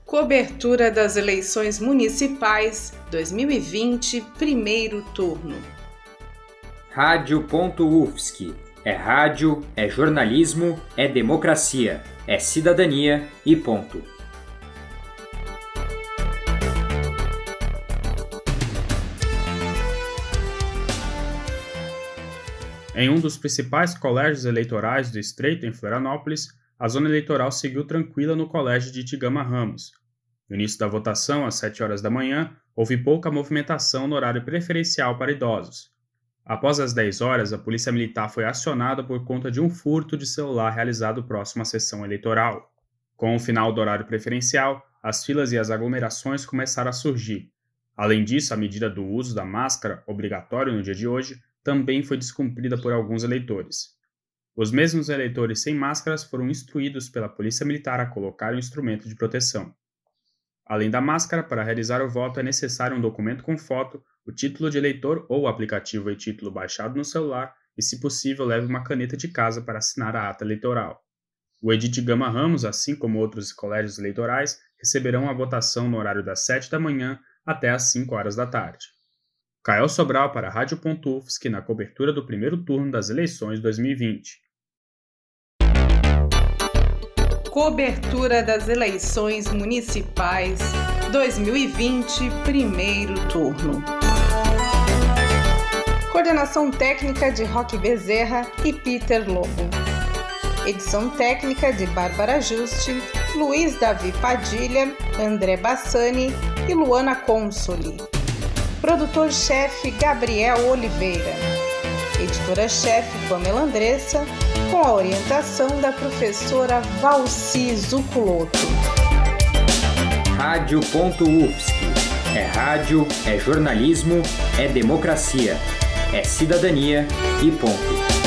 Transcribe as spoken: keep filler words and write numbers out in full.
Cobertura das eleições municipais dois mil e vinte, primeiro turno. Rádio.ufsc. É rádio, é jornalismo, é democracia, é cidadania e ponto. Em um dos principais colégios eleitorais do Estreito, em Florianópolis, a zona eleitoral seguiu tranquila no colégio de Itigama Ramos. No início da votação, às sete horas da manhã, houve pouca movimentação no horário preferencial para idosos. Após as dez horas, a Polícia Militar foi acionada por conta de um furto de celular realizado próximo à sessão eleitoral. Com o final do horário preferencial, as filas e as aglomerações começaram a surgir. Além disso, a medida do uso da máscara, obrigatório no dia de hoje, também foi descumprida por alguns eleitores. Os mesmos eleitores sem máscaras foram instruídos pela Polícia Militar a colocar um instrumento de proteção. Além da máscara, para realizar o voto é necessário um documento com foto, o título de eleitor ou o aplicativo e título baixado no celular e, se possível, leve uma caneta de casa para assinar a ata eleitoral. O Edith Gama Ramos, assim como outros colégios eleitorais, receberão a votação no horário das sete da manhã até às cinco horas da tarde. Kael Sobral para a Rádio.ufsc na cobertura do primeiro turno das eleições dois mil e vinte. Cobertura das eleições municipais dois mil e vinte, primeiro turno. Coordenação técnica de Roque Bezerra e Peter Lobo. Edição técnica de Bárbara Juste, Luiz Davi Padilha, André Bassani e Luana Consoli. Produtor-chefe Gabriel Oliveira. Editora-chefe Pamela Andressa, com a orientação da professora Valci Zuculoto. Rádio.ufsc. É rádio, é jornalismo, é democracia, é cidadania e ponto.